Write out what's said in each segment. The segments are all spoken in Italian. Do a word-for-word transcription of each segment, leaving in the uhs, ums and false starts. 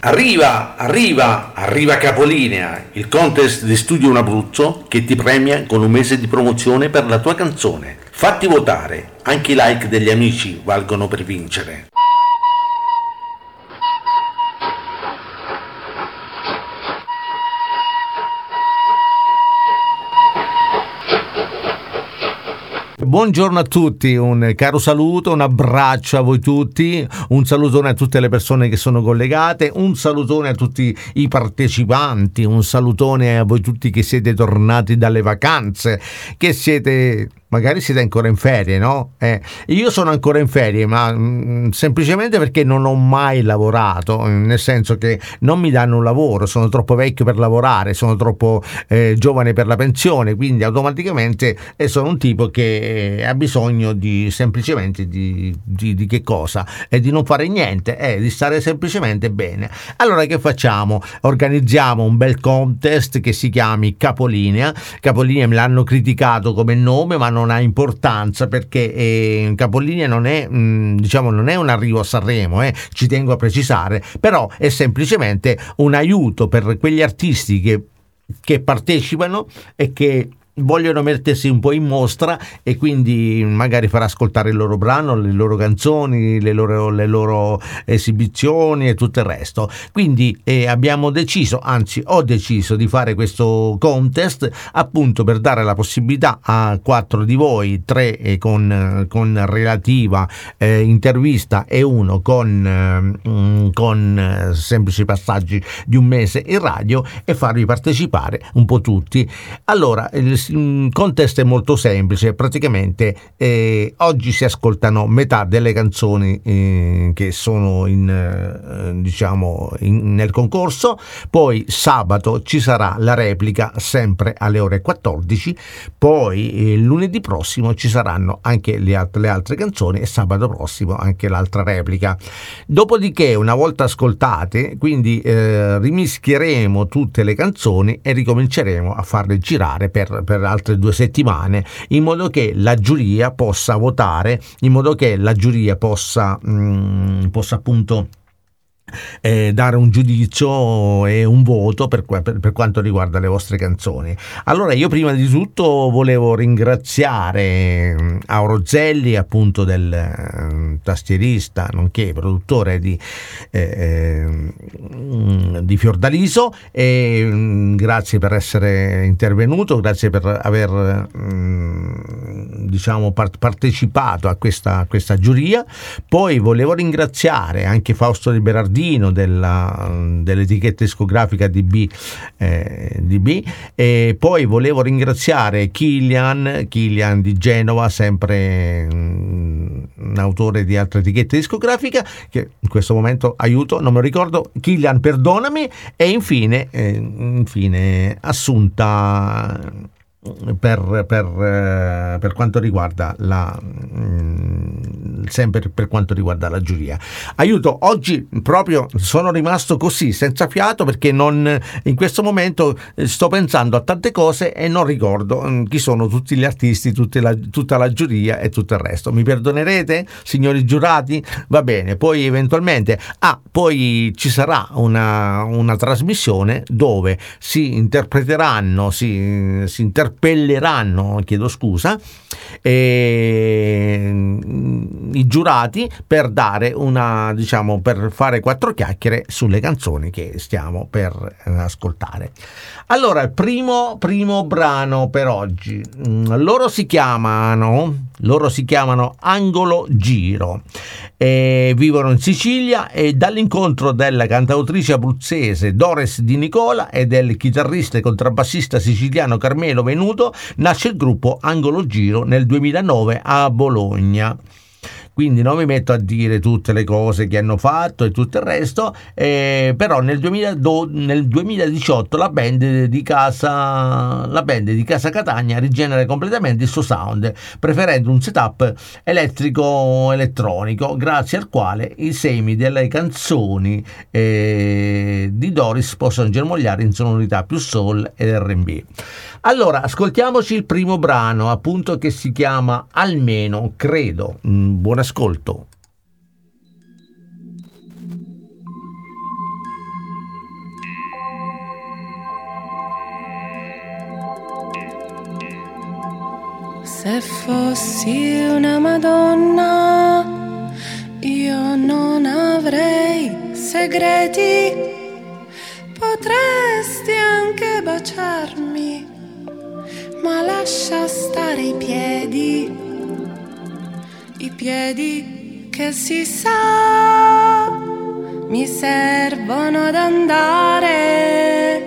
Arriva, arriva, arriva Capolinea, il contest di Studio Un Abruzzo che ti premia con un mese di promozione per la tua canzone. Fatti votare, anche i like degli amici valgono per vincere. Buongiorno a tutti, un caro saluto, un abbraccio a voi tutti, un salutone a tutte le persone che sono collegate, un salutone a tutti i partecipanti, un salutone a voi tutti che siete tornati dalle vacanze, che siete... magari siete ancora in ferie, no? Eh, io sono ancora in ferie, ma mh, semplicemente perché non ho mai lavorato, nel senso che non mi danno un lavoro, sono troppo vecchio per lavorare, sono troppo eh, giovane per la pensione, quindi automaticamente eh, sono un tipo che eh, ha bisogno di semplicemente di, di, di che cosa? E di non fare niente, eh, di stare semplicemente bene. Allora che facciamo? Organizziamo un bel contest che si chiami Capolinea. Capolinea me l'hanno criticato come nome, ma non non ha importanza perché eh, Capolinea non è mh, diciamo non è un arrivo a Sanremo, eh, ci tengo a precisare, però è semplicemente un aiuto per quegli artisti che, che partecipano e che vogliono mettersi un po' in mostra e quindi magari far ascoltare il loro brano, le loro canzoni, le loro, le loro esibizioni e tutto il resto. Quindi eh, abbiamo deciso, anzi ho deciso di fare questo contest appunto per dare la possibilità a quattro di voi, tre eh, con, con relativa eh, intervista e uno con, eh, con eh, semplici passaggi di un mese in radio, e farvi partecipare un po' tutti. Allora il Il contest è molto semplice, praticamente eh, oggi si ascoltano metà delle canzoni eh, che sono in, eh, diciamo in, nel concorso, poi sabato ci sarà la replica sempre alle ore quattordici, poi eh, lunedì prossimo ci saranno anche le, alt- le altre canzoni e sabato prossimo anche l'altra replica. Dopodiché, una volta ascoltate, quindi eh, rimischieremo tutte le canzoni e ricominceremo a farle girare per, per altre due settimane, in modo che la giuria possa votare, in modo che la giuria possa, mh, possa appunto Eh, dare un giudizio e un voto per, per, per quanto riguarda le vostre canzoni. Allora io prima di tutto volevo ringraziare Auro Zelli, appunto del eh, tastierista nonché produttore di, eh, di Fiordaliso, e mh, grazie per essere intervenuto, grazie per aver mh, diciamo part- partecipato a questa, a questa giuria. Poi volevo ringraziare anche Fausto Di Berardino della, dell'etichetta discografica D B, eh, D B, e poi volevo ringraziare Kilian Kilian di Genova, sempre mh, un autore di altre etichette discografiche, che in questo momento, aiuto, non me lo ricordo, Kilian perdonami, e infine eh, infine Assunta per, per, eh, per quanto riguarda la mh, sempre per quanto riguarda la giuria. Aiuto, oggi proprio sono rimasto così senza fiato perché non, in questo momento eh, sto pensando a tante cose e non ricordo mh, chi sono tutti gli artisti, tutte la, tutta la giuria e tutto il resto. Mi perdonerete, signori giurati? Va bene. Poi eventualmente ah poi ci sarà una, una trasmissione dove si interpreteranno si, si interpelleranno, chiedo scusa, e, i giurati per dare una, diciamo, per fare quattro chiacchiere sulle canzoni che stiamo per ascoltare. Allora, il primo, primo brano per oggi, loro si chiamano loro si chiamano Angolo Giro, e vivono in Sicilia, e dall'incontro della cantautrice abruzzese Doris Di Nicola e del chitarrista e contrabbassista siciliano Carmelo Venuto nasce il gruppo Angolo Giro nel duemilanove a Bologna. Quindi non mi metto a dire tutte le cose che hanno fatto e tutto il resto, eh, però nel, duemiladodici, nel duemiladiciotto la band di casa la band di Casa Catania rigenera completamente il suo sound, preferendo un setup elettrico elettronico, grazie al quale i semi delle canzoni eh, di Doris possono germogliare in sonorità più soul ed erre and bi. Allora, ascoltiamoci il primo brano, appunto, che si chiama Almeno Credo. Buon ascolto. Se fossi una Madonna, io non avrei segreti, potresti anche baciarmi, ma lascia stare i piedi, i piedi che si sa mi servono ad andare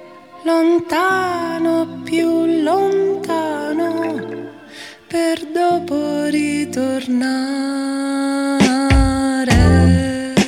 lontano, più lontano, per dopo ritornare.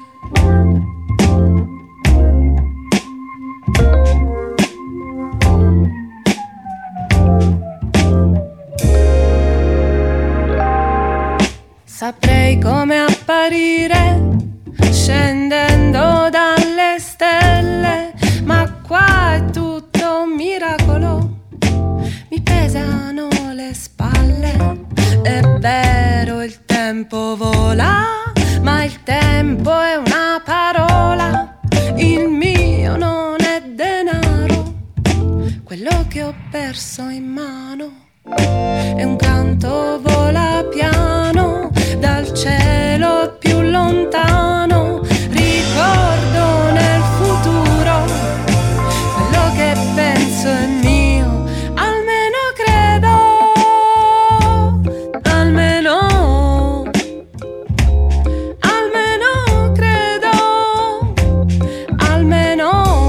Saprei come apparire scendendo dalle stelle, ma qua è tutto un miracolo, mi pesano le spalle. È vero, il tempo vola, ma il tempo è una parola, il mio non è denaro, quello che ho perso in mano è un canto, vola piano dal cielo più lontano. Ricordo nel futuro quello che penso è mio, almeno credo, almeno, almeno credo, almeno.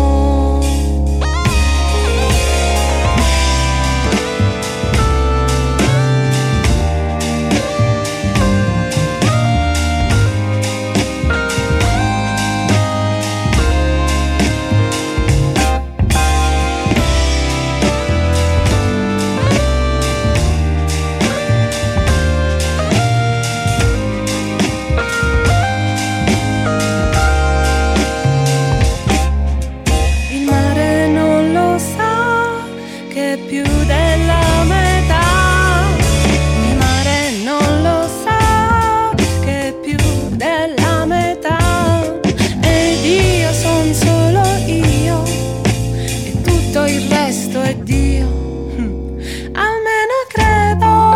Il mare non lo sa che è più della metà, il mare non lo sa che è più della metà, ed io son solo io e tutto il resto è Dio. Hm. Almeno credo,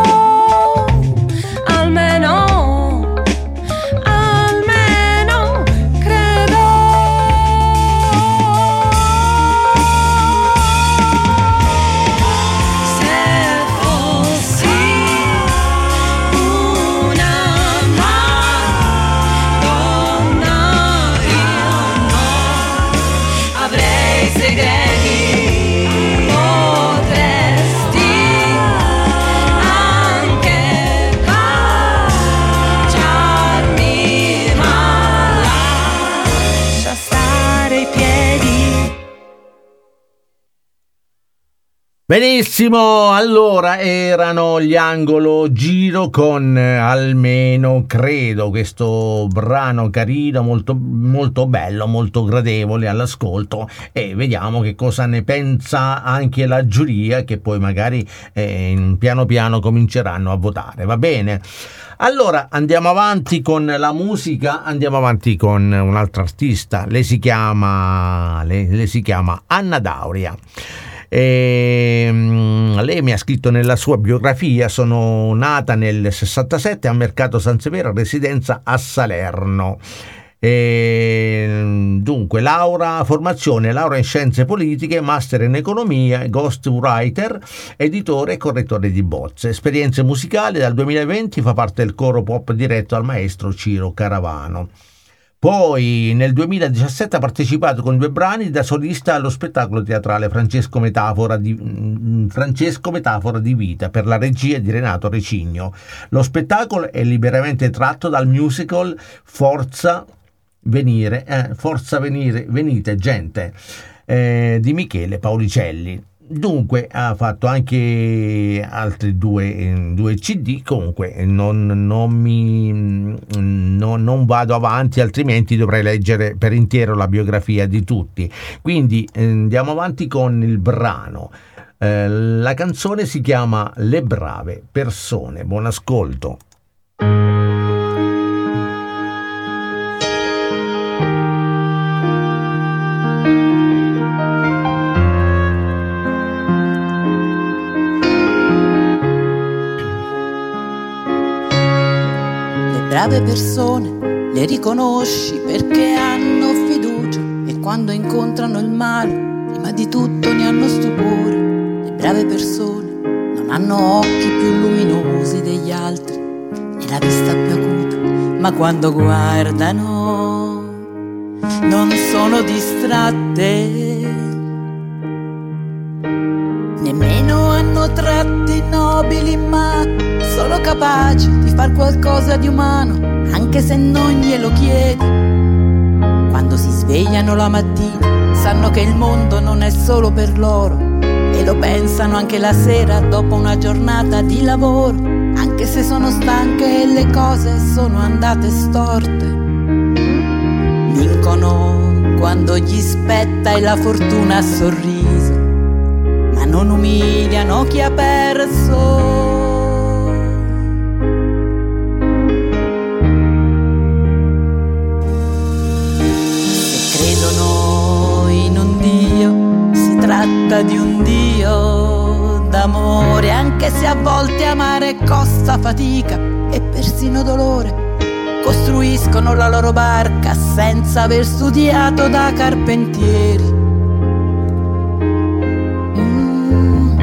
almeno, almeno credo. Se fossi una Madonna, io non avrei segreti, potresti anche baciarmi, ma lascia stare i piedi. Benissimo, allora erano gli Angolo Giro con eh, Almeno Credo, questo brano carino, molto, molto bello, molto gradevole all'ascolto, e vediamo che cosa ne pensa anche la giuria, che poi magari eh, piano piano cominceranno a votare, va bene? Allora andiamo avanti con la musica, andiamo avanti con un'altra artista, lei si chiama, lei, lei si chiama Anna Dauria. E, mm, lei mi ha scritto nella sua biografia: sono nata nel sessantasette a Mercato San Severo, residenza a Salerno. E, dunque, laurea, formazione, laurea in scienze politiche, master in economia, ghostwriter, editore e correttore di bozze. Esperienze musicali: dal duemilaventi fa parte del coro pop diretto dal maestro Ciro Caravano. Poi nel duemiladiciassette ha partecipato con due brani da solista allo spettacolo teatrale Francesco Metafora di, Francesco Metafora di Vita, per la regia di Renato Recigno. Lo spettacolo è liberamente tratto dal musical Forza Venire, eh, Forza Venire, Venite Gente, eh, di Michele Paulicelli. Dunque ha fatto anche altri due, due C D. Comunque non, non mi non, non vado avanti, altrimenti dovrei leggere per intero la biografia di tutti. Quindi eh, andiamo avanti con il brano. Eh, la canzone si chiama Le brave persone. Buon ascolto. brave persone le riconosci perché hanno fiducia e quando incontrano il male, prima di tutto ne hanno stupore. Le brave persone non hanno occhi più luminosi degli altri, né la vista più acuta, ma quando guardano non sono distratte, nemmeno hanno tratti nobili, ma sono capaci di far qualcosa di umano, anche se non glielo chiedi. Quando si svegliano la mattina sanno che il mondo non è solo per loro e lo pensano anche la sera dopo una giornata di lavoro, anche se sono stanche e le cose sono andate storte. Vincono quando gli spetta e la fortuna ha sorriso, ma non umiliano chi ha perso. Se credono in un Dio, si tratta di un Dio d'amore, anche se a volte amare costa fatica e persino dolore. Costruiscono la loro barca senza aver studiato da carpentieri. Mm.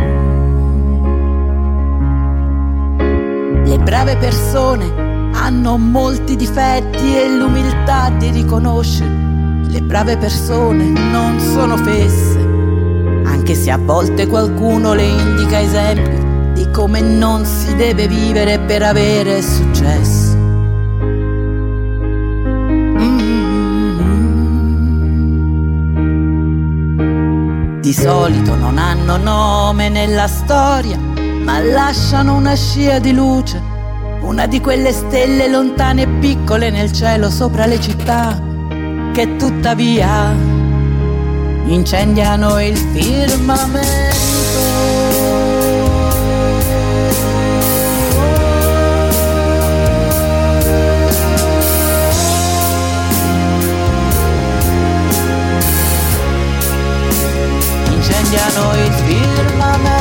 Le brave persone hanno molti difetti e l'umiltà di riconoscere. Le brave persone non sono fesse, anche se a volte qualcuno le indica esempi di come non si deve vivere per avere successo. Di solito non hanno nome nella storia, ma lasciano una scia di luce, una di quelle stelle lontane e piccole nel cielo sopra le città, che tuttavia incendiano il firmamento. Incendiano il firmamento.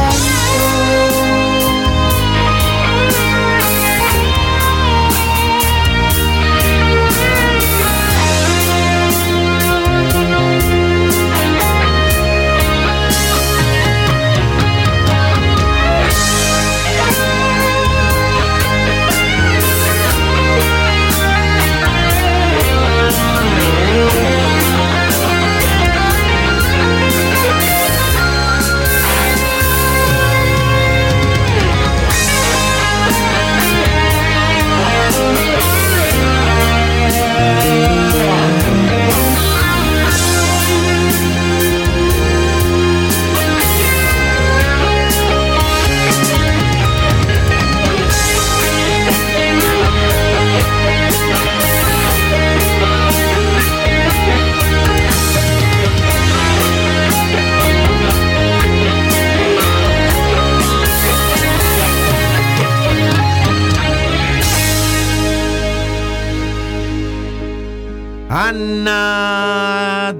Anna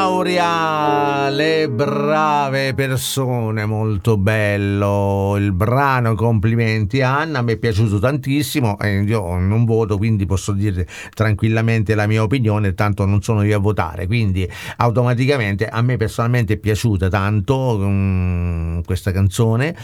Dauria, le brave persone, molto bello il brano, complimenti Anna, mi è piaciuto tantissimo, eh, io non voto quindi posso dire tranquillamente la mia opinione, tanto non sono io a votare, quindi automaticamente a me personalmente è piaciuta tanto um, questa canzone.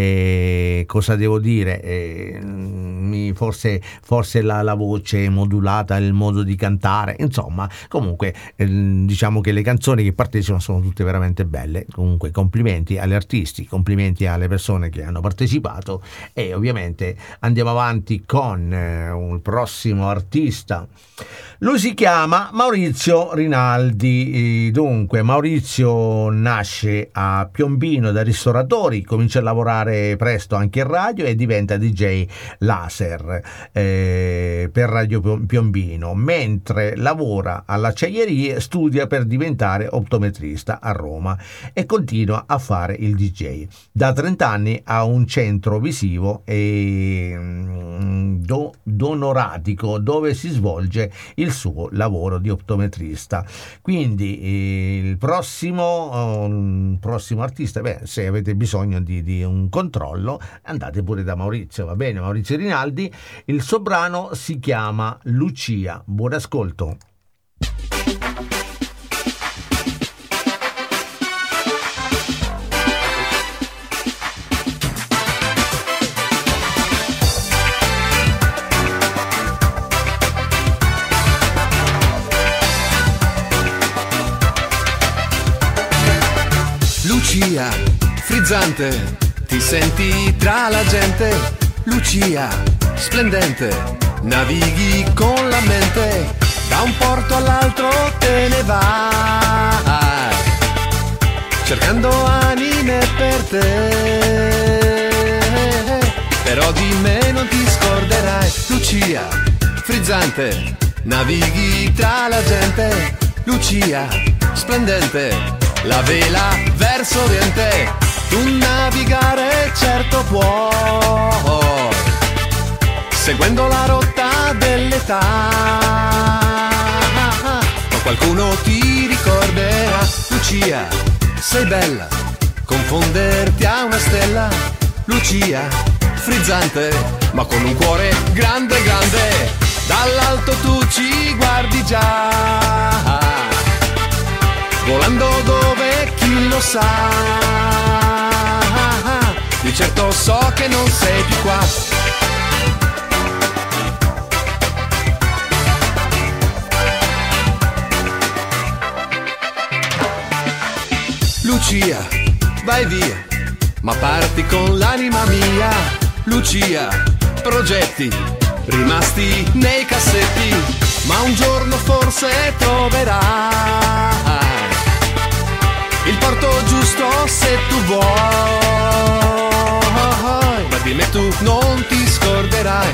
Eh, cosa devo dire? Eh, mi, forse forse la, la voce modulata, il modo di cantare, insomma, comunque eh, diciamo che le canzoni che partecipano sono tutte veramente belle. Comunque complimenti agli artisti, complimenti alle persone che hanno partecipato e ovviamente andiamo avanti con eh, un prossimo artista. Lui si chiama Maurizio Rinaldi. Dunque Maurizio nasce a Piombino da ristoratori, comincia a lavorare presto anche in radio e diventa D J laser eh, per Radio Piombino. Mentre lavora all'acciaieria studia per diventare optometrista a Roma e continua a fare il D J. Da trenta anni ha un centro visivo e do, donoratico dove si svolge il il suo lavoro di optometrista. Quindi eh, il prossimo, um, prossimo artista, beh, se avete bisogno di, di un controllo, andate pure da Maurizio, va bene? Maurizio Rinaldi. Il suo brano si chiama Lucia. Buon ascolto. Lucia, frizzante, ti senti tra la gente. Lucia, splendente, navighi con la mente. Da un porto all'altro te ne vai, cercando anime per te. Però di me non ti scorderai. Lucia, frizzante, navighi tra la gente. Lucia, splendente, la vela verso oriente, tu navigare certo puoi, seguendo la rotta dell'età. Ma qualcuno ti ricorderà. Lucia, sei bella, confonderti a una stella. Lucia, frizzante, ma con un cuore grande grande. Dall'alto tu ci guardi già, volando dove chi lo sa. Di certo so che non sei più qua. Lucia, vai via, ma parti con l'anima mia. Lucia, progetti rimasti nei cassetti, ma un giorno forse troverai il porto giusto se tu vuoi. Ma di me tu non ti scorderai.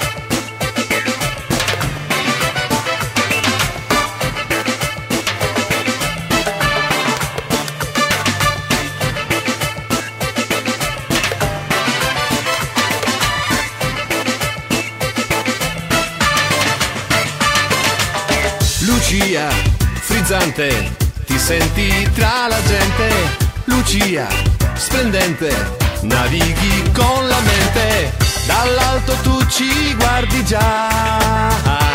Lucia, frizzante, ti senti tra la gente. Lucia, splendente, navighi con la mente. Dall'alto tu ci guardi già,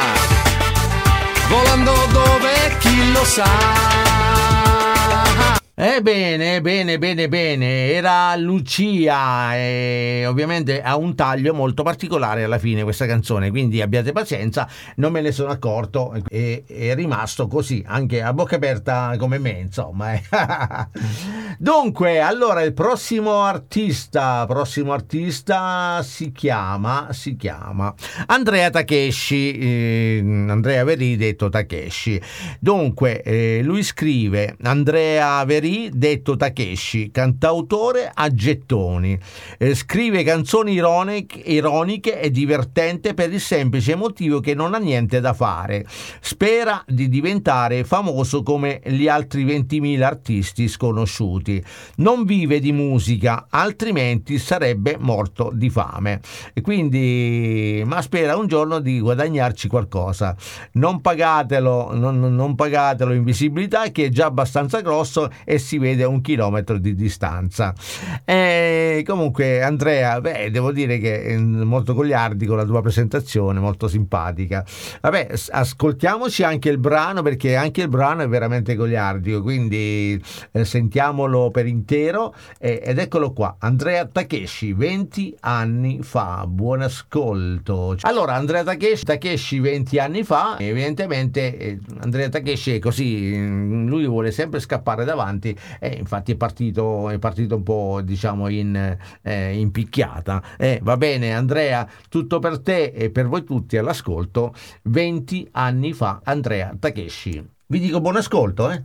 volando dove chi lo sa. Ebbene, bene, bene, bene, era Lucia e ovviamente ha un taglio molto particolare alla fine questa canzone, quindi abbiate pazienza, non me ne sono accorto e è rimasto così, anche a bocca aperta come me, insomma. Dunque, allora il prossimo artista, prossimo artista si chiama, si chiama Andrea Takeshi, eh, Andrea Verì detto Takeshi. Dunque, eh, lui scrive Andrea Verì detto Takeshi, cantautore a gettoni, eh, scrive canzoni ironiche, ironiche e divertente per il semplice motivo che non ha niente da fare. Spera di diventare famoso come gli altri ventimila artisti sconosciuti. Non vive di musica, altrimenti sarebbe morto di fame. E quindi, ma spera un giorno di guadagnarci qualcosa. Non pagatelo, non, non pagatelo in visibilità, che è già abbastanza grosso e si vede a un chilometro di distanza. E comunque Andrea, beh, devo dire che è molto goliardico la tua presentazione, molto simpatica. Vabbè, ascoltiamoci anche il brano, perché anche il brano è veramente goliardico, quindi eh, sentiamolo per intero eh, ed eccolo qua, Andrea Takeshi, venti anni fa. Buon ascolto. Allora, Andrea Takeshi, Takeshi venti anni fa, evidentemente eh, Andrea Takeshi è così, lui vuole sempre scappare davanti. E infatti è partito, è partito un po', diciamo, in, eh, in picchiata. Eh, va bene Andrea, tutto per te e per voi tutti all'ascolto. venti anni fa, Andrea Takeshi. Vi dico buon ascolto, eh.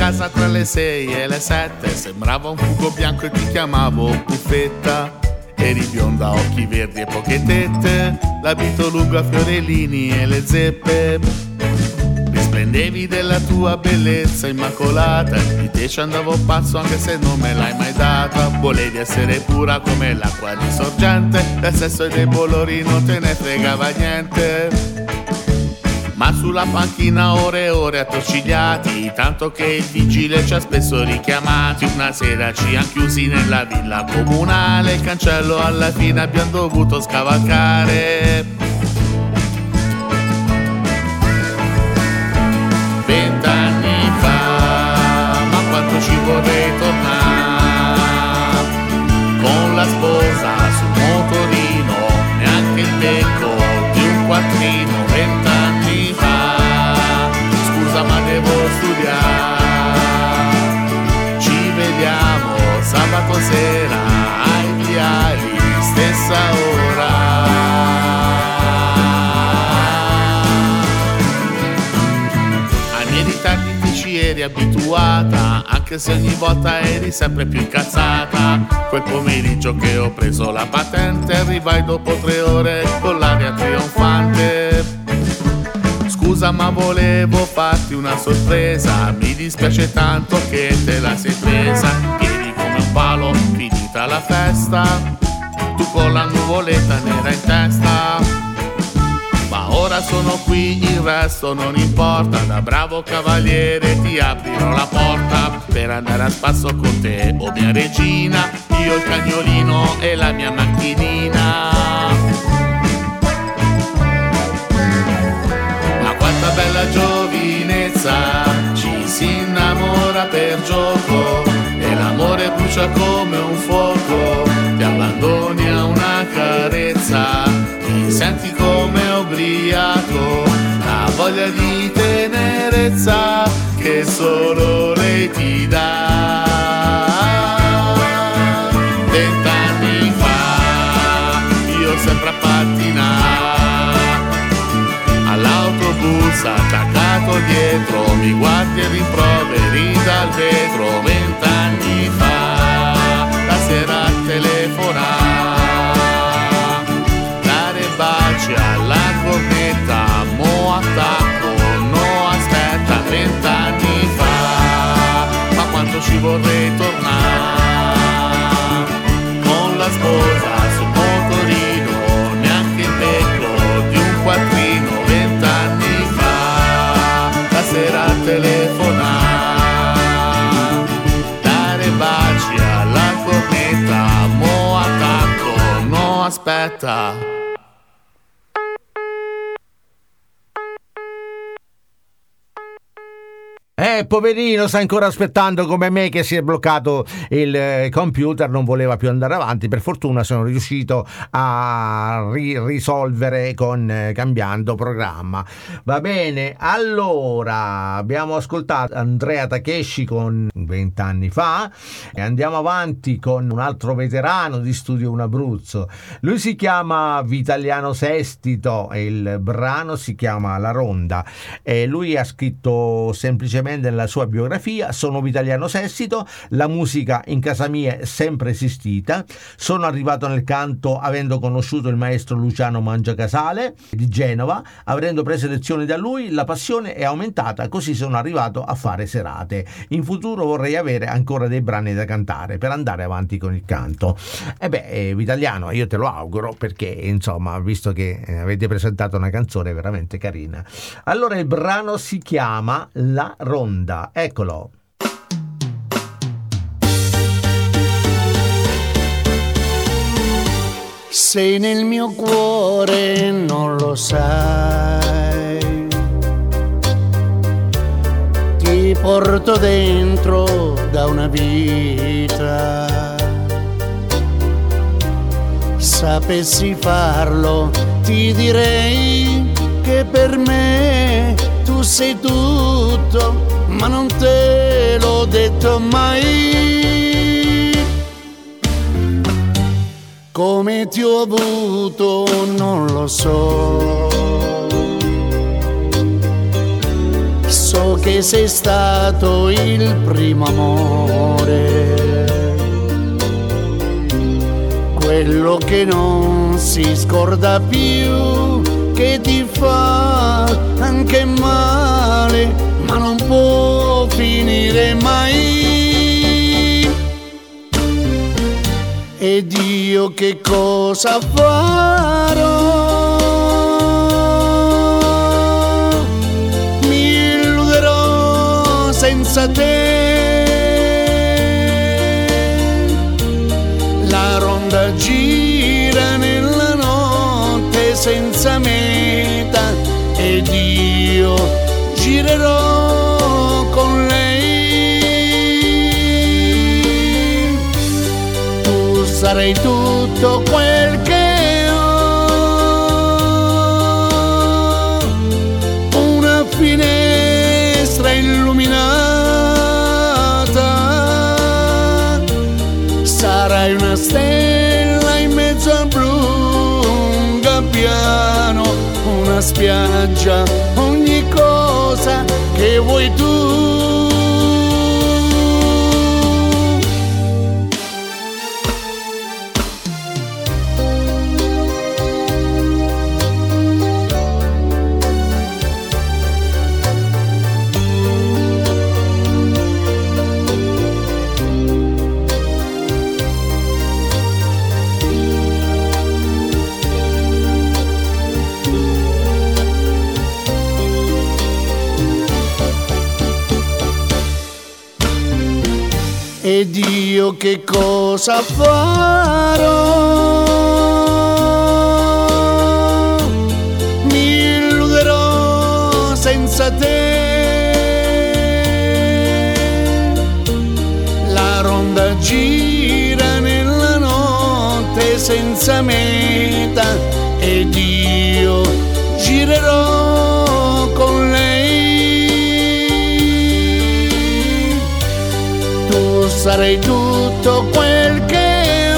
casa tra le sei e le sette, sembrava un cuco bianco e ti chiamavo Puffetta. Eri bionda, occhi verdi e poche tette, l'abito lungo a fiorellini e le zeppe. Risplendevi della tua bellezza immacolata, di te ci andavo pazzo anche se non me l'hai mai data. Volevi essere pura come l'acqua di sorgente, del sesso e dei bolori non te ne fregava niente. Ma sulla panchina ore e ore attorcigliati, tanto che il vigile ci ha spesso richiamati. Una sera ci han chiusi nella villa comunale, il cancello alla fine abbiamo dovuto scavalcare. Vent'anni fa, ma quanto ci vorrei tornare, con la sposa sul motorino, neanche il becco di un quattrino. Vent'anni fa, scusa ma devo studiare, ci vediamo sabato sera ai viali, stessa ora. Ai miei ritardi ti ci eri abituata, anche se ogni volta eri sempre più incazzata. Quel pomeriggio che ho preso la patente, arrivai dopo tre ore con l'aria trionfante. Scusa ma volevo farti una sorpresa, mi dispiace tanto che te la sei presa. Eri come un palo, finita la festa, tu con la nuvoletta nera in testa. Ma ora sono qui, il resto non importa, da bravo cavaliere ti aprirò la porta per andare a spasso con te, oh mia regina, io il cagnolino e la mia macchinina. Quanta bella giovinezza, ci si innamora per gioco e l'amore brucia come un fuoco, ti abbandoni a una carezza, ti senti come ubriaco, la voglia di tenerezza che solo lei ti dà. Vent'anni fa, io sempre a pattinare, all'autobus attaccato dietro, mi guardi e rimproveri dal vetro. Vent'anni fa, la sera a telefonare, dare baci alla cornetta, mo attacco, no aspetta. Vent'anni fa, ma quanto ci vorrei tornare, con la sposa sul motorino, neanche il becco di un quattrino. Sera a telefonare, dare baci alla cornetta, mo attacco, no aspetta. Eh, poverino, sta ancora aspettando come me che si è bloccato il eh, computer, non voleva più andare avanti. Per fortuna sono riuscito a ri- risolvere con eh, cambiando programma. Va bene, allora abbiamo ascoltato Andrea Takeshi con Vent'anni fa e andiamo avanti con un altro veterano di Studio uno Abruzzo. Lui si chiama Vitaliano Sestito e il brano si chiama La Ronda, e lui ha scritto semplicemente nella sua biografia: sono Vitaliano Sestito, la musica in casa mia è sempre esistita, sono arrivato nel canto avendo conosciuto il maestro Luciano Mangiacasale di Genova, avendo preso lezioni da lui la passione è aumentata, così sono arrivato a fare serate. In futuro vorrei avere ancora dei brani da cantare per andare avanti con il canto. E beh, eh, Vitaliano, io te lo auguro, perché insomma, visto che avete presentato una canzone veramente carina. Allora il brano si chiama La Ronda. Eccolo. Sei nel mio cuore, non lo sai, ti porto dentro da una vita. Sapessi farlo, ti direi che per me tu sei tutto, ma non te l'ho detto mai. Come ti ho avuto non lo so, so so che sei stato il primo amore, quello che non si scorda più, che ti fa anche male, ma non può finire mai. Ed io che cosa farò? Mi illuderò senza te. La ronda gira nella notte senza meta ed io girerò con lei. Tu sarai tutto quel che ho, una finestra illuminata, sarai una stella in mezzo al blu, un gabbiano, una spiaggia, ogni cosa che vuoi tu. Ed io che cosa farò? Mi illuderò senza te. La ronda gira nella notte senza meta ed io girerò con lei. Sarei tutto quel che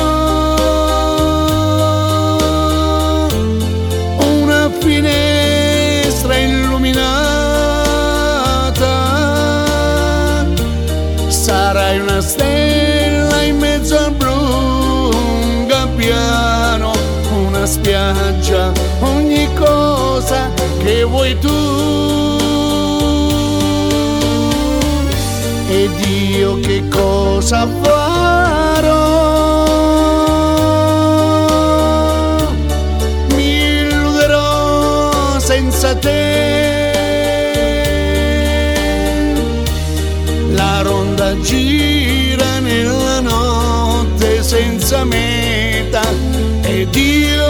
ho, una finestra illuminata, sarai una stella in mezzo al blu, un gabbiano, una spiaggia, ogni cosa che vuoi tu. Ed io che cosa farò? Mi illuderò senza te. La ronda gira nella notte senza meta ed io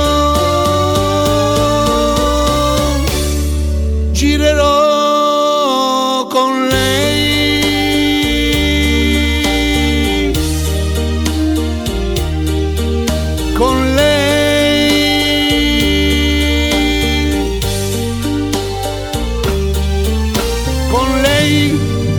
girerò con lei. Con lei, con lei.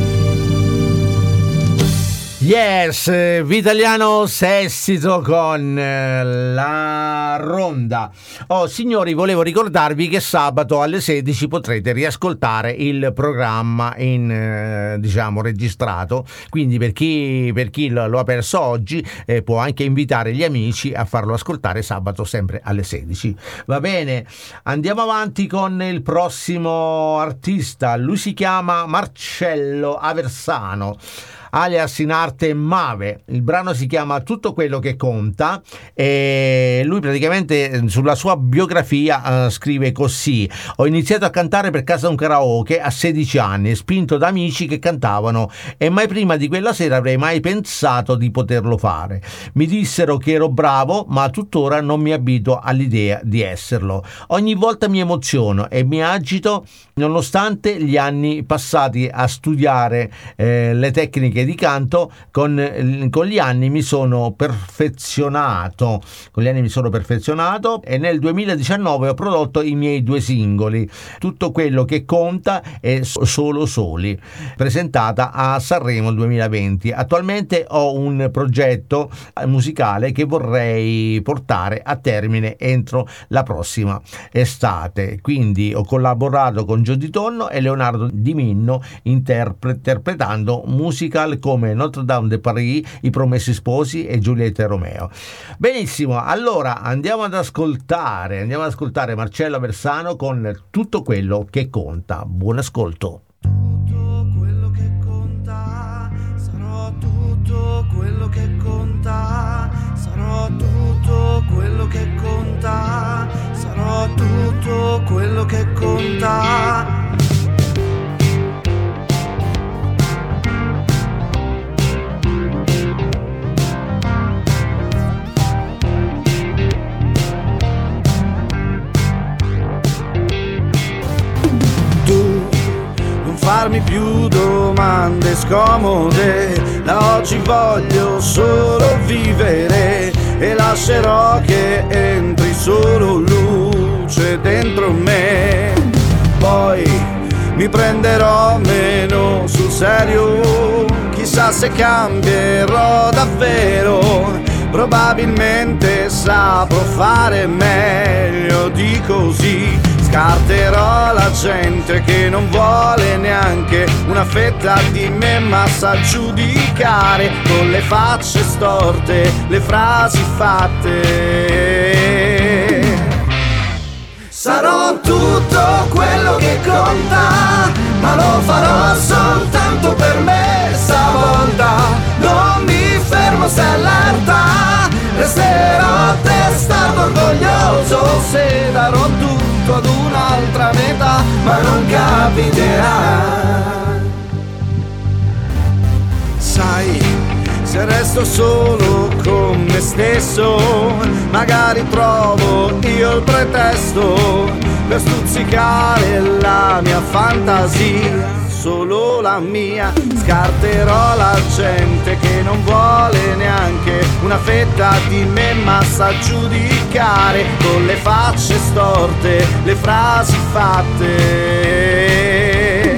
Yes, Vitaliano Sestito con eh, La Ronda. Oh, signori, volevo ricordarvi che sabato alle sedici potrete riascoltare il programma in eh, diciamo registrato, quindi per chi, per chi lo, lo ha perso oggi eh, può anche invitare gli amici a farlo ascoltare sabato sempre alle sedici. Va bene, andiamo avanti con il prossimo artista. Lui si chiama Marcello Aversano, alias in arte Mave. Il brano si chiama Tutto quello che conta e lui praticamente sulla sua biografia uh, scrive così: ho iniziato a cantare per casa un karaoke a sedici anni, spinto da amici che cantavano, e mai prima di quella sera avrei mai pensato di poterlo fare. Mi dissero che ero bravo, ma tuttora non mi abituo all'idea di esserlo. Ogni volta mi emoziono e mi agito nonostante gli anni passati a studiare eh, le tecniche tecniche di canto con, con gli anni mi sono perfezionato con gli anni mi sono perfezionato e nel duemiladiciannove ho prodotto i miei due singoli, Tutto quello che conta e Solo soli, presentata a Sanremo duemilaventi. Attualmente ho un progetto musicale che vorrei portare a termine entro la prossima estate, quindi ho collaborato con Gio Di Tonno e Leonardo Di Minno interpre- interpretando musical come Notre Dame de Paris, I Promessi Sposi e Giulietta e Romeo. Benissimo, allora andiamo ad ascoltare andiamo ad ascoltare Marcello Aversano con Tutto quello che conta. Buon ascolto. Tutto quello che conta, sarò tutto quello che conta, sarò tutto quello che conta, sarò tutto quello che conta. Farmi più domande scomode, da oggi voglio solo vivere e lascerò che entri solo luce dentro me. Poi mi prenderò meno sul serio, chissà se cambierò davvero, probabilmente saprò fare meglio di così. Scarterò la gente che non vuole neanche una fetta di me, ma sa giudicare con le facce storte, le frasi fatte. Sarò tutto quello che conta, ma lo farò soltanto per me stavolta. Non mi fermo se allerta, resterò testardo orgoglioso se darò tutto ad un'altra metà, ma non capiterà. Sai, se resto solo con me stesso, magari trovo io il pretesto per stuzzicare la mia fantasia, solo la mia. Scarterò la gente che non vuole neanche una fetta di me, ma sa giudicare con le facce storte, le frasi fatte.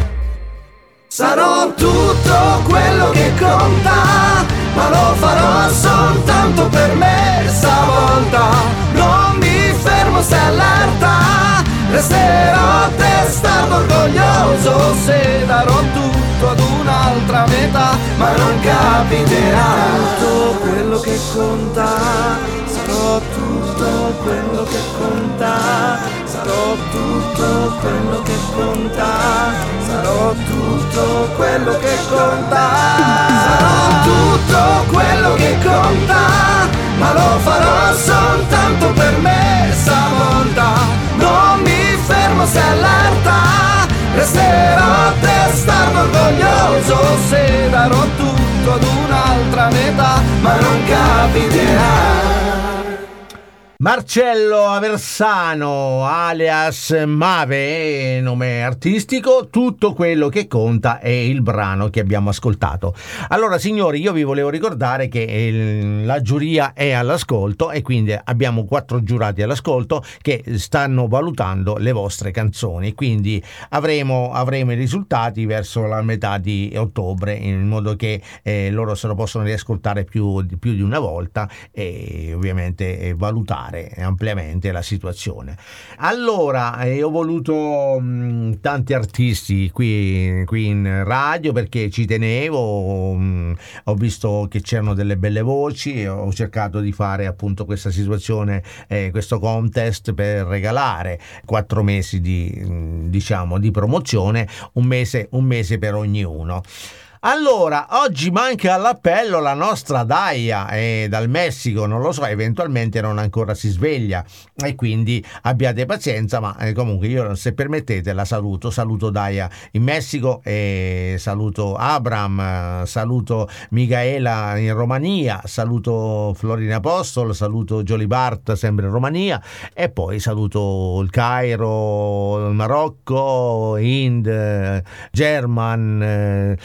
Sarò tutto quello che conta, ma lo farò soltanto per me stavolta. Non mi fermo se allerta, resterò testardo orgoglioso se darò tutto ad un'altra metà, ma non capiterà. Tutto quello che conta, sarò tutto quello che conta, sarò tutto quello che conta, sarò tutto quello che conta, sarò tutto quello che conta, ma lo farò soltanto per me stavolta. Non mi fermo se allerta, resterò testardo orgoglioso se darò tutto ad un'altra metà, ma non capiterà. Marcello Aversano alias Mave, nome artistico, Tutto quello che conta è il brano che abbiamo ascoltato. Allora signori, io vi volevo ricordare che il, la giuria è all'ascolto e quindi abbiamo quattro giurati all'ascolto che stanno valutando le vostre canzoni, quindi avremo, avremo i risultati verso la metà di ottobre, in modo che eh, loro se lo possono riascoltare più, più di una volta e ovviamente eh, valutare ampiamente la situazione. Allora eh, ho voluto mh, tanti artisti qui, qui in radio perché ci tenevo, mh, ho visto che c'erano delle belle voci, ho cercato di fare appunto questa situazione, eh, questo contest per regalare quattro mesi di mh, diciamo di promozione, un mese, un mese per ognuno. Allora, oggi manca all'appello la nostra Daia e dal Messico, non lo so, eventualmente non ancora si sveglia e quindi abbiate pazienza, ma eh, comunque io, se permettete, la saluto, saluto Daia in Messico e saluto Abram, saluto Micaela in Romania, saluto Florina Apostol, saluto Jolie Bart sempre in Romania e poi saluto il Cairo, il Marocco, Ind, German, eh, poi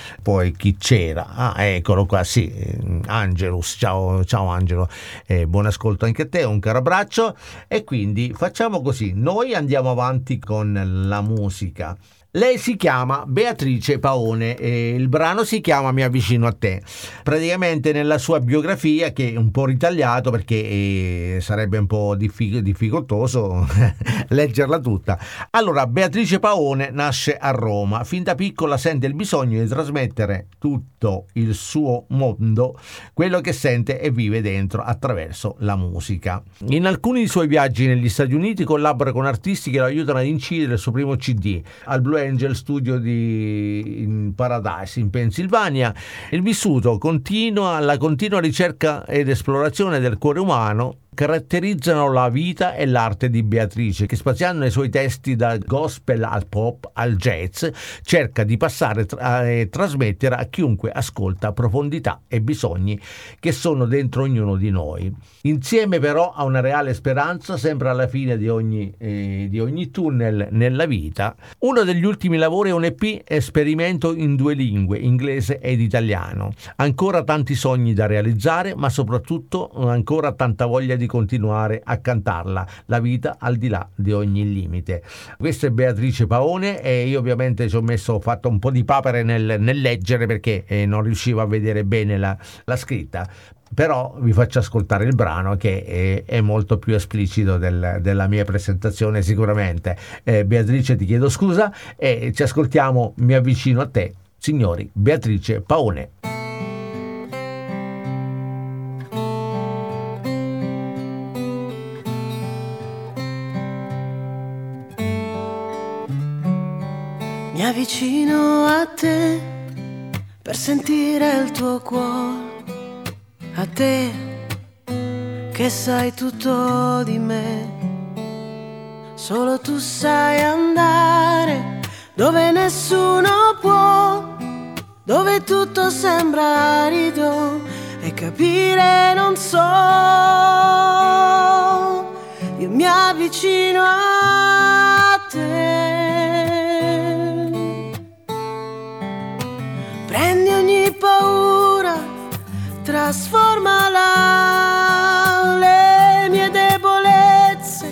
poi chi c'era. Ah, eccolo qua, sì, Angelus, ciao, ciao Angelo, eh, buon ascolto anche a te, un caro abbraccio. E quindi facciamo così, noi andiamo avanti con la musica. Lei si chiama Beatrice Paone e il brano si chiama Mi avvicino a te. Praticamente nella sua biografia, che è un po' ritagliato perché eh, sarebbe un po' diffic- difficoltoso leggerla tutta. Allora, Beatrice Paone nasce a Roma. Fin da piccola sente il bisogno di trasmettere tutto il suo mondo, quello che sente e vive dentro attraverso la musica. In alcuni suoi viaggi negli Stati Uniti collabora con artisti che lo aiutano ad incidere il suo primo C D al Blue Angel Studio di in Paradise in Pennsylvania. Il vissuto continua, la continua ricerca ed esplorazione del cuore umano caratterizzano la vita e l'arte di Beatrice, che spaziando nei suoi testi dal gospel al pop al jazz cerca di passare tra- e trasmettere a chiunque ascolta profondità e bisogni che sono dentro ognuno di noi. Insieme però a una reale speranza sempre alla fine di ogni, eh, di ogni tunnel nella vita. Uno degli ultimi lavori è un E P esperimento in due lingue, inglese ed italiano. Ancora tanti sogni da realizzare, ma soprattutto ancora tanta voglia di continuare a cantarla, la vita al di là di ogni limite. Questa è Beatrice Paone e io ovviamente ci ho messo, ho fatto un po' di papere nel, nel leggere perché eh, non riuscivo a vedere bene la, la scritta, però vi faccio ascoltare il brano che è, è molto più esplicito del, della mia presentazione sicuramente. eh, Beatrice, ti chiedo scusa e ci ascoltiamo Mi avvicino a te, signori, Beatrice Paone. Mi avvicino a te per sentire il tuo cuore, a te che sai tutto di me. Solo tu sai andare dove nessuno può, dove tutto sembra arido e capire non so. Io mi avvicino a te. Prendi ogni paura, trasformala, le mie debolezze,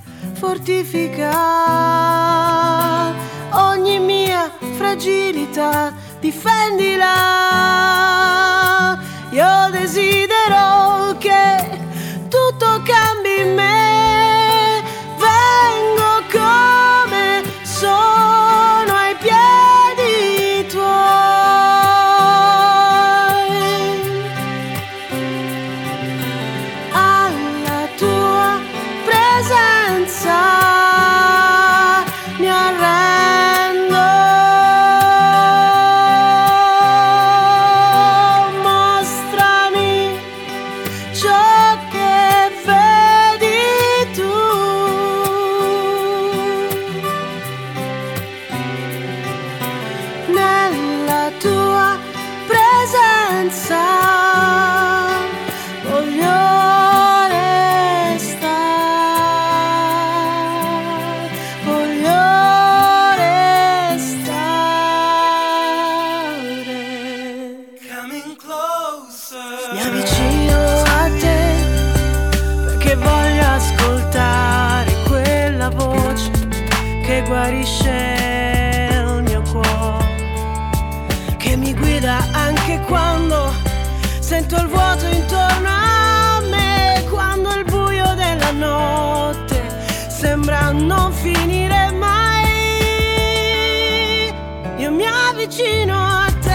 fortifica ogni mia fragilità, difendila. Io desidero che tutto cambi in me, vengo come sono ai piedi tuoi. Mi arrendo, mostrami ciò che vedi tu. Nella tua presenza voglio guarisce il mio cuore, che mi guida anche quando sento il vuoto intorno a me, quando il buio della notte sembra non finire mai. Io mi avvicino a te.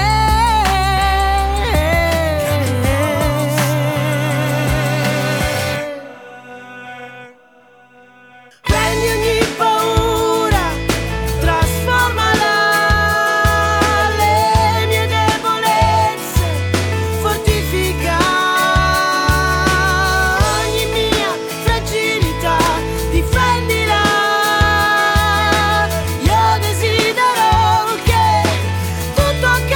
Tutto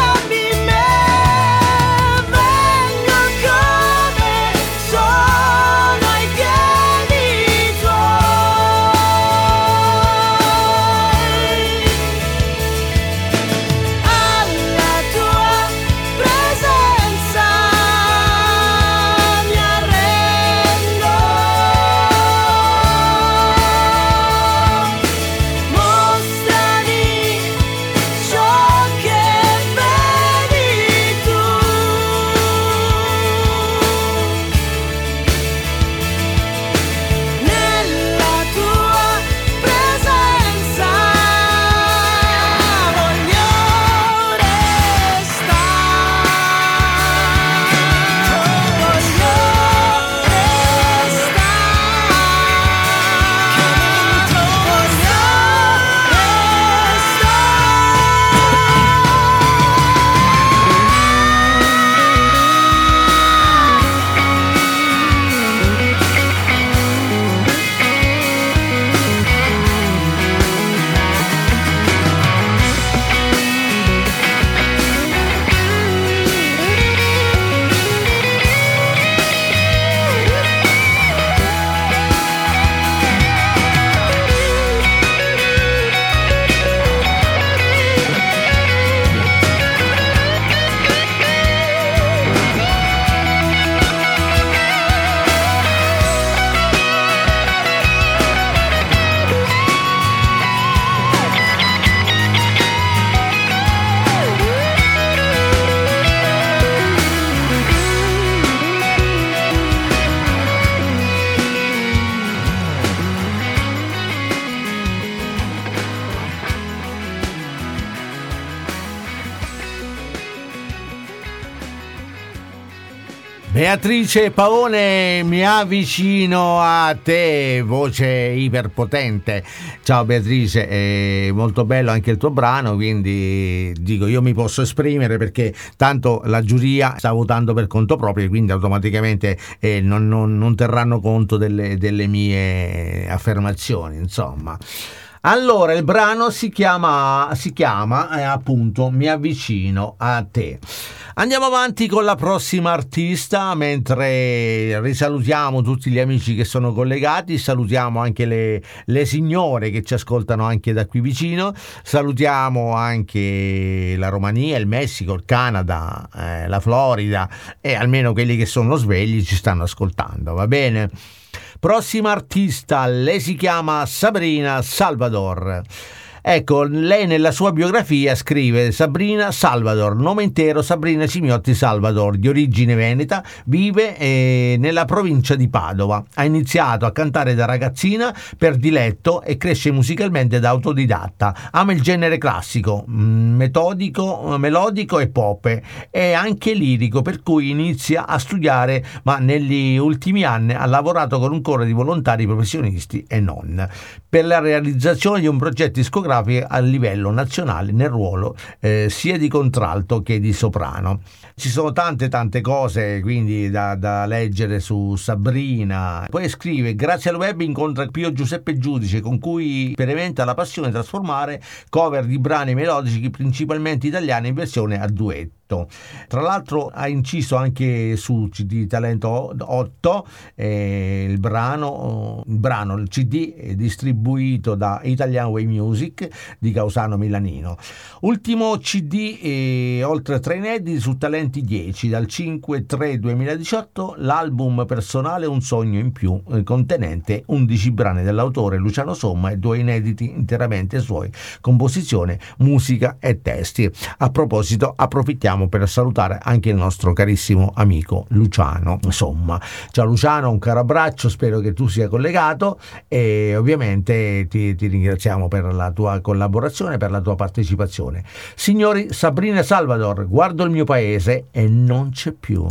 Beatrice Paone, mi avvicino a te, voce iperpotente. Ciao Beatrice, è molto bello anche il tuo brano, quindi dico io mi posso esprimere perché tanto la giuria sta votando per conto proprio, quindi automaticamente eh, non, non, non terranno conto delle, delle mie affermazioni, insomma. Allora, il brano si chiama, si chiama eh, appunto Mi avvicino a te. Andiamo avanti con la prossima artista, mentre risalutiamo tutti gli amici che sono collegati, salutiamo anche le, le signore che ci ascoltano anche da qui vicino, salutiamo anche la Romania, il Messico, il Canada, eh, la Florida e almeno quelli che sono svegli ci stanno ascoltando, va bene? Prossima artista, lei si chiama Sabrina Salvador. Ecco, lei nella sua biografia scrive Sabrina Salvador, nome intero Sabrina Cimiotti Salvador, di origine veneta, vive eh, nella provincia di Padova. Ha iniziato a cantare da ragazzina per diletto e cresce musicalmente da autodidatta. Ama il genere classico, metodico, melodico e pop e anche lirico, per cui inizia a studiare, ma negli ultimi anni ha lavorato con un coro di volontari professionisti e non, per la realizzazione di un progetto discografico a livello nazionale nel ruolo eh, sia di contralto che di soprano. Ci sono tante tante cose quindi da, da leggere su Sabrina. Poi scrive: grazie al web incontra Pio Giuseppe Giudice, con cui sperimenta la passione di trasformare cover di brani melodici principalmente italiani in versione a duetto. Tra l'altro ha inciso anche su C D Talento otto, eh, il brano il brano il C D è distribuito da Italian Way Music di Causano Milanino. Ultimo C D, eh, oltre tre inediti su Talenti dieci dal cinque tre duemiladiciotto, l'album personale Un sogno in più, eh, contenente undici brani dell'autore Luciano Somma e due inediti interamente suoi, composizione, musica e testi. A proposito, approfittiamo per salutare anche il nostro carissimo amico Luciano Somma. Ciao Luciano, un caro abbraccio, spero che tu sia collegato e ovviamente ti, ti ringraziamo per la tua collaborazione, per la tua partecipazione. Signori, Sabrina Salvador, guardo il mio paese e non c'è più.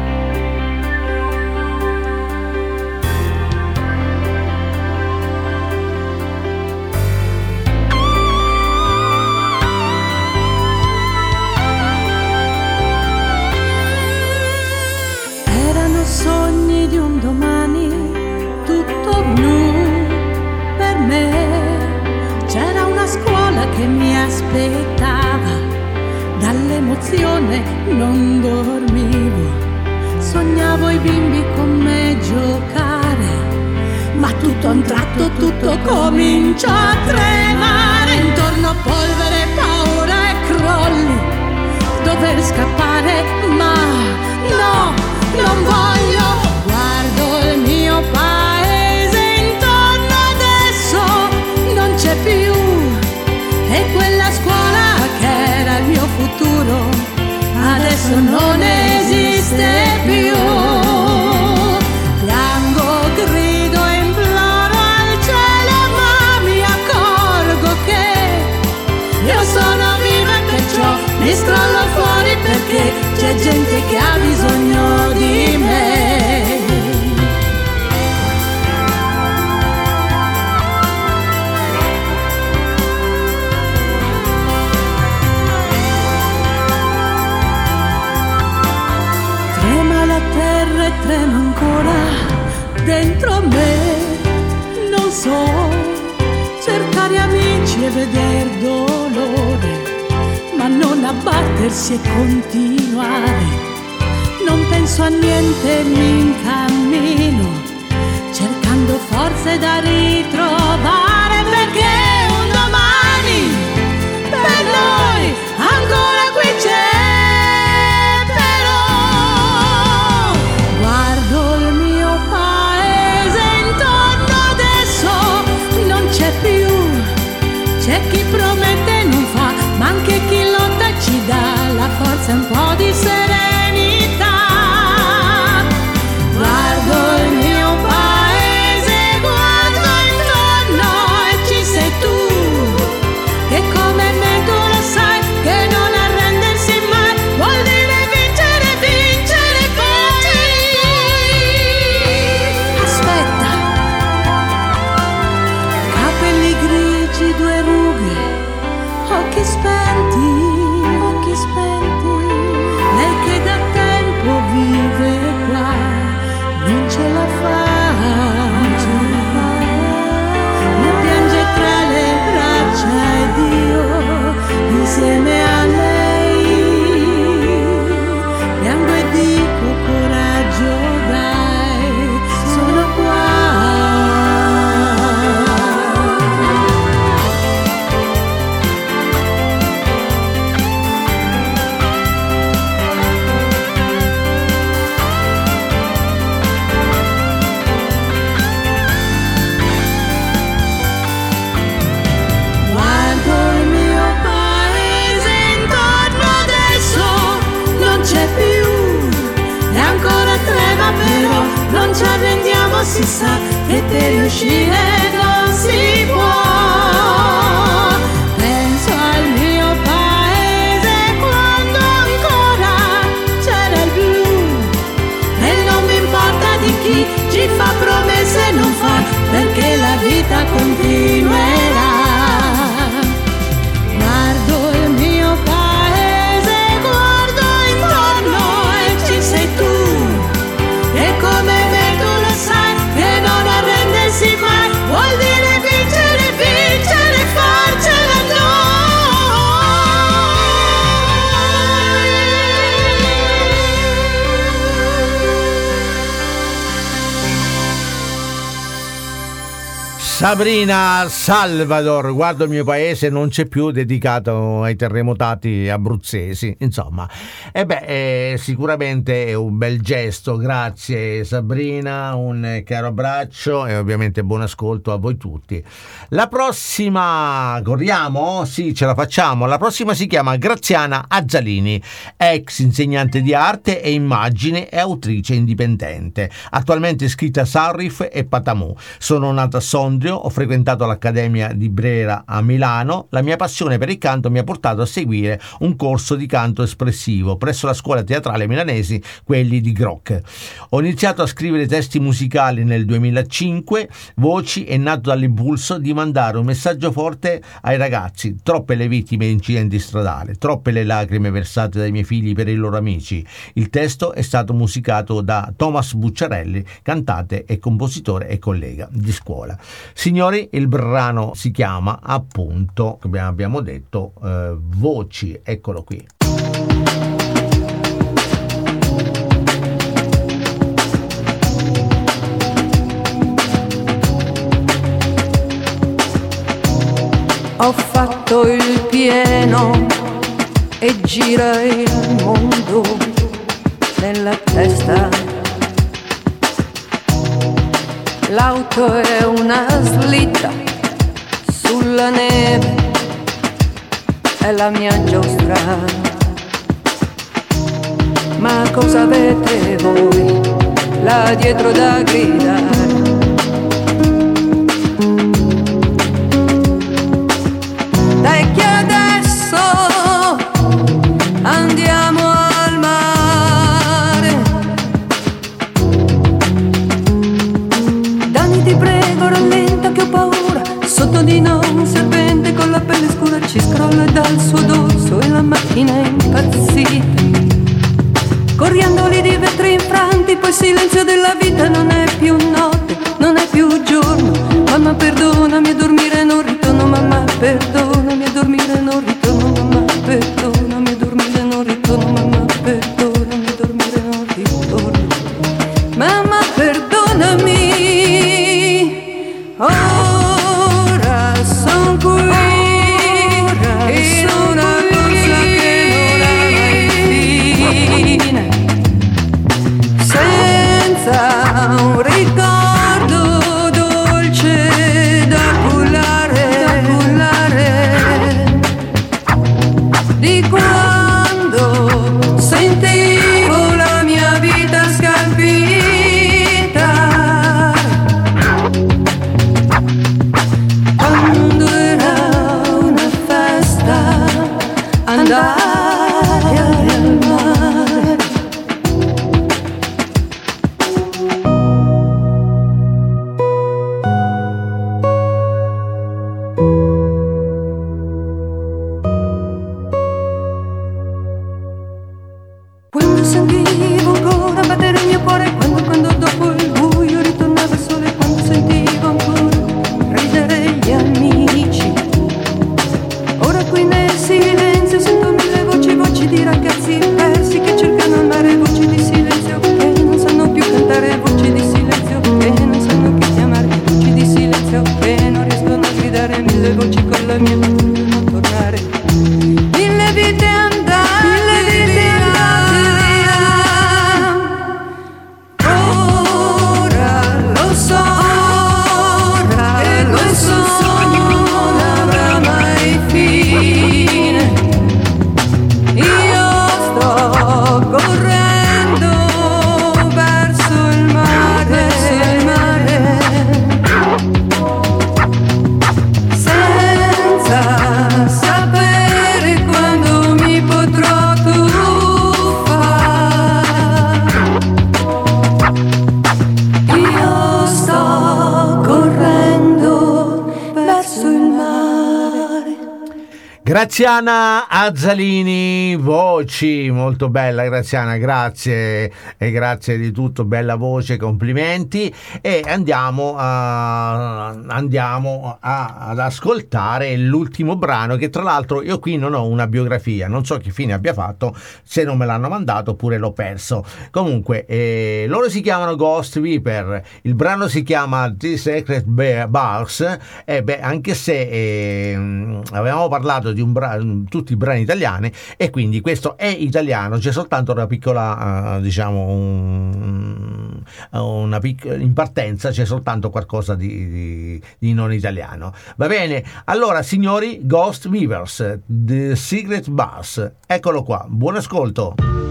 Aspettava, dall'emozione non dormivo, sognavo i bimbi con me giocare, ma tutto a un tratto tutto cominciò a tremare, intorno polvere, paura e crolli, dover scappare, ma no, non voglio, guardo il mio paese intorno adesso, non c'è più. E quella scuola che era il mio futuro adesso non esiste più. Piango, grido e imploro al cielo, ma mi accorgo che io sono viva e perciò mi scrollo fuori, perché c'è gente che ha bisogno di me. E trema ancora dentro me, non so cercare amici e veder dolore, ma non abbattersi e continuare, non penso a niente, mi incammino cercando forze da ritrovare, perché un domani per noi ancora qui c'è. C'è chi promette e non fa, ma anche chi lotta ci dà la forza e un po' di serenità. Guardo il mio paese, guardo intorno spenti, occhi spenti, lei che da tempo vive qua, non ce la fa, non ce la fa, mi piange tra le braccia ed io insieme a lei piango e dico coraggio dai, sono qua. Guardo il mio paese intorno adesso, non c'è più, e ancora trema però, non ci arrendiamo, si sa che per riuscire non si può. Penso al mio paese quando ancora c'era il blu, e non mi importa di chi ci fa promesse e non fa, perché la vita continuerà. Guardo il mio paese, guardo intorno e ci sei tu, e come me tu lo sai che non arrendersi mai vuol dire vincere, vincere, farcela Sabrina Salvador, guardo il mio paese, non c'è più, dedicato ai terremotati abruzzesi. Insomma, e beh, eh, sicuramente è un bel gesto. Grazie Sabrina, un caro abbraccio e ovviamente buon ascolto a voi tutti. La prossima, corriamo? Sì, ce la facciamo. La prossima si chiama Graziana Azzalini, ex insegnante di arte e immagine e autrice indipendente, attualmente iscritta a Sarrif e Patamù. Sono nata a Sondrio, ho frequentato l'Accademia di Brera a Milano. La mia passione per il canto mi ha portato a seguire un corso di canto espressivo presso la scuola teatrale milanesi, quelli di Groc. Ho iniziato a scrivere testi musicali nel duemilacinque. Voci è nato dall'impulso di mandare un messaggio forte ai ragazzi. Troppe le vittime di incidenti stradali, troppe le lacrime versate dai miei figli per i loro amici. Il testo è stato musicato da Thomas Bucciarelli, cantante e compositore e collega di scuola. Signori, il brano si chiama appunto, come abbiamo detto, eh, Voci. Eccolo qui. Ho fatto il pieno e girai il mondo nella testa. L'auto è una slitta sulla neve, è la mia giostra. Ma cosa avete voi là dietro da gridare? Dai che adesso andiamo al mare. Dani ti prego rallenta che ho paura, sotto di noi un serpente con la pelle scura ci scrolla dal suo dorso e la macchina è impazzita. Coriandoli di vetri infranti, poi silenzio della vita, non è più notte, non è più giorno. Mamma perdonami, a dormire non ritorno, mamma perdonami, a dormire non ritorno, mamma perdonami, a dormire non ritorno, mamma perdonami, a dormire non ritorno, mamma perdonami. Ora son qui in una corsa che non ha mai fine, senza un ricordo dolce da cullare, da cullare, di quando sentivo la mia vita scalpita, quando era una festa andare al mare. Graziana Azzalini, voci molto bella Graziana, grazie e grazie di tutto, bella voce, complimenti. E andiamo a, andiamo a, ad ascoltare l'ultimo brano, che tra l'altro io qui non ho una biografia, non so che fine abbia fatto, se non me l'hanno mandato oppure l'ho perso. Comunque eh, loro si chiamano Ghost Viper, il brano si chiama The Secret Bars, e beh, anche se eh, avevamo parlato di un brano, tutti i brani italiani, e quindi questo è italiano, c'è soltanto una piccola uh, diciamo un, una piccola in partenza, c'è soltanto qualcosa di, di, di non italiano. Va bene, allora signori, Ghost Weavers, The Secret Bars, eccolo qua, buon ascolto.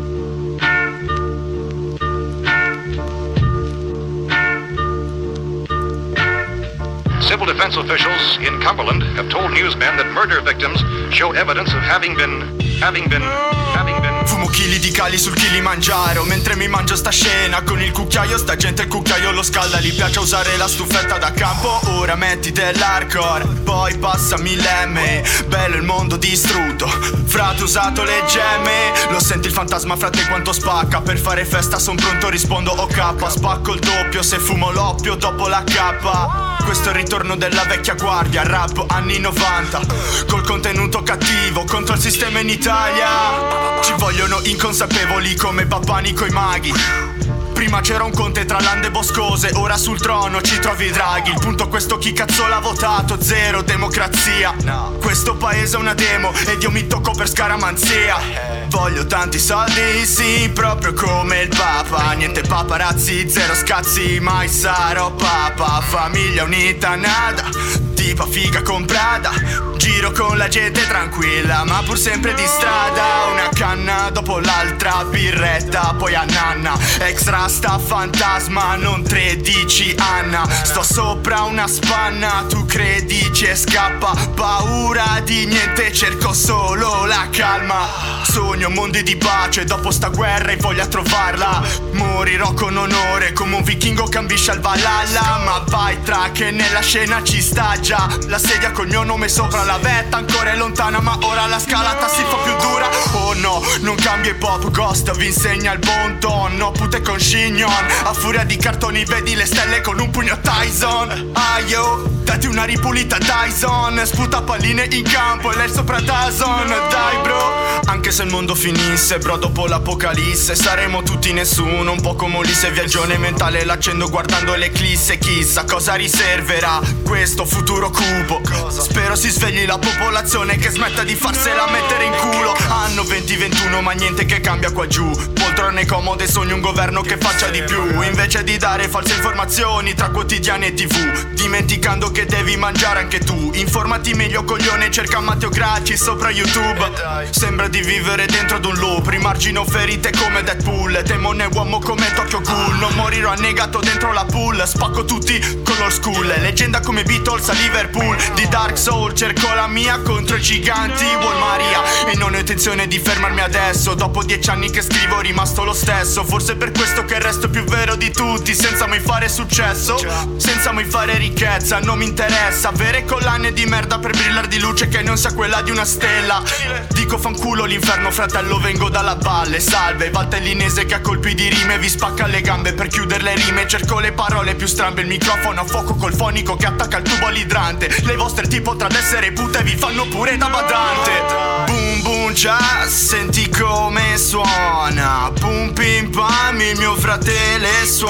Civil defense officials in Cumberland have told newsmen that murder victims showed evidence of having been, having been, having been... Fumo chili di cali sul Kilimangiaro, mentre mi mangio sta scena con il cucchiaio, sta gente il cucchiaio lo scalda, gli piace usare la stufetta da campo, ora metti dell'hardcore, poi passami l'emme, bello il mondo distrutto, frate usato le gemme, lo senti il fantasma frate quanto spacca, per fare festa son pronto rispondo ok, spacco il doppio se fumo l'oppio dopo la K. Questo è il ritorno della vecchia guardia, rap anni novanta, col contenuto cattivo contro il sistema in Italia. Ci vogliono inconsapevoli come Babbani coi maghi. Prima c'era un conte tra lande boscose, ora sul trono ci trovi Draghi. Il punto è questo, chi cazzo l'ha votato? Zero democrazia. Questo paese è una demo ed io mi tocco per scaramanzia. Voglio tanti soldi, sì, proprio come il Papa. Niente paparazzi, zero scazzi, mai sarò papa. Famiglia unita, nada, tipa figa comprata. Giro con la gente tranquilla, ma pur sempre di strada. Una canna dopo l'altra, birretta, poi a nanna. Extra sta fantasma, non tredici Anna. Sto sopra una spanna, tu credi e scappa. Paura di niente, cerco solo la calma. Sogno mondi di pace, dopo sta guerra e voglio trovarla. Morirò con onore, come un vichingo che ambisce al Valhalla. Ma vai tra che nella scena ci sta già la sedia col mio nome sopra, la vetta ancora è lontana, ma ora la scalata si fa più dura. Oh no, non cambia hip hop, Ghost vi insegna il bon ton. No pute con Chignon, a furia di cartoni vedi le stelle con un pugno Tyson. Ah yo, dati una ripulita Dyson, sputa palline in campo e lei sopra Dazon. Dai bro, anche se il mondo finisse, bro, dopo l'apocalisse saremo tutti nessuno, un po' come Ulisse. Viaggione mentale l'accendo guardando l'eclisse, chissà cosa riserverà questo futuro cupo. Spero si svegli la popolazione che smetta di farsela mettere in culo. Anno venti ventuno ma niente che cambia qua giù, poltrone comode, sogno un governo che faccia di più, invece di dare false informazioni tra quotidiani e tv, dimenticando che devi mangiare anche tu. Informati meglio coglione, cerca Matteo Gracci sopra YouTube. Sembra di vivere dentro ad un loop, rimargino ferite come Deadpool. Temo ne uomo come Tokyo Ghoul, non morirò annegato dentro la pool. Spacco tutti con l'old school, leggenda come Beatles a Liverpool. Di Dark Soul cerco la mia contro i giganti Wall Maria, e non ho intenzione di fermarmi adesso. Dopo dieci anni che scrivo rimasto lo stesso, forse per questo che resto più vero di tutti, senza mai fare successo, senza mai fare ricchezza. Non mi interessa avere collane di merda per brillare di luce che non sia quella di una stella. Dico fanculo l'inferno fratello, vengo dalla valle. Salve valtellinese che a colpi di rime vi spacca le gambe. Per chiudere le rime cerco le parole più strambe, il microfono a fuoco col fonico che attacca il tubo all'idrante. Le vostre tipo tra essere pute vi fanno pure da badante. Boom boom già, senti come suona. Boom pim pam, il mio fratello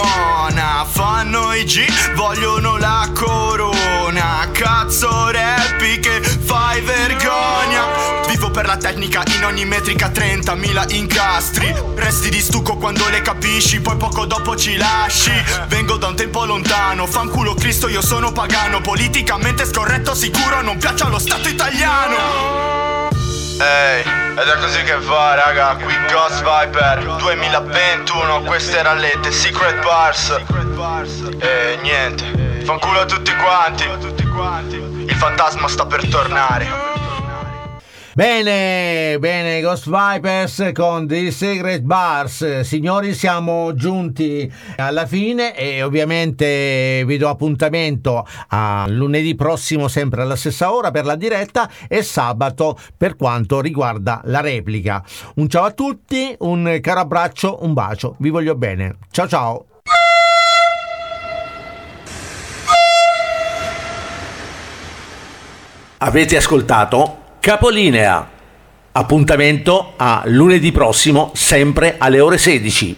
suona. Fanno i G, vogliono la corona. Cazzo rappi che fai vergogna. Vivo per la tecnica in ogni metrica, trentamila incastri. Resti di stucco quando le capisci, poi poco dopo ci lasci. Vengo da un tempo lontano, fanculo Cristo io sono pagano. Politicamente scorretto sicuro, non piace allo Stato italiano. Ehi, ed è così che va raga, qui Ghost Viper duemilaventuno, queste erano le The Secret Bars. E niente, fanculo a tutti quanti, il fantasma sta per tornare. Bene, bene, Ghost Vipers con The Secret Bars. Signori, siamo giunti alla fine e ovviamente vi do appuntamento a lunedì prossimo sempre alla stessa ora per la diretta e sabato per quanto riguarda la replica. Un ciao a tutti, un caro abbraccio, un bacio, vi voglio bene. Ciao ciao. Avete ascoltato Capolinea. Appuntamento a lunedì prossimo, sempre alle ore sedici.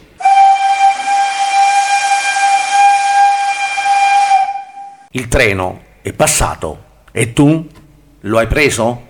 Il treno è passato e tu lo hai preso?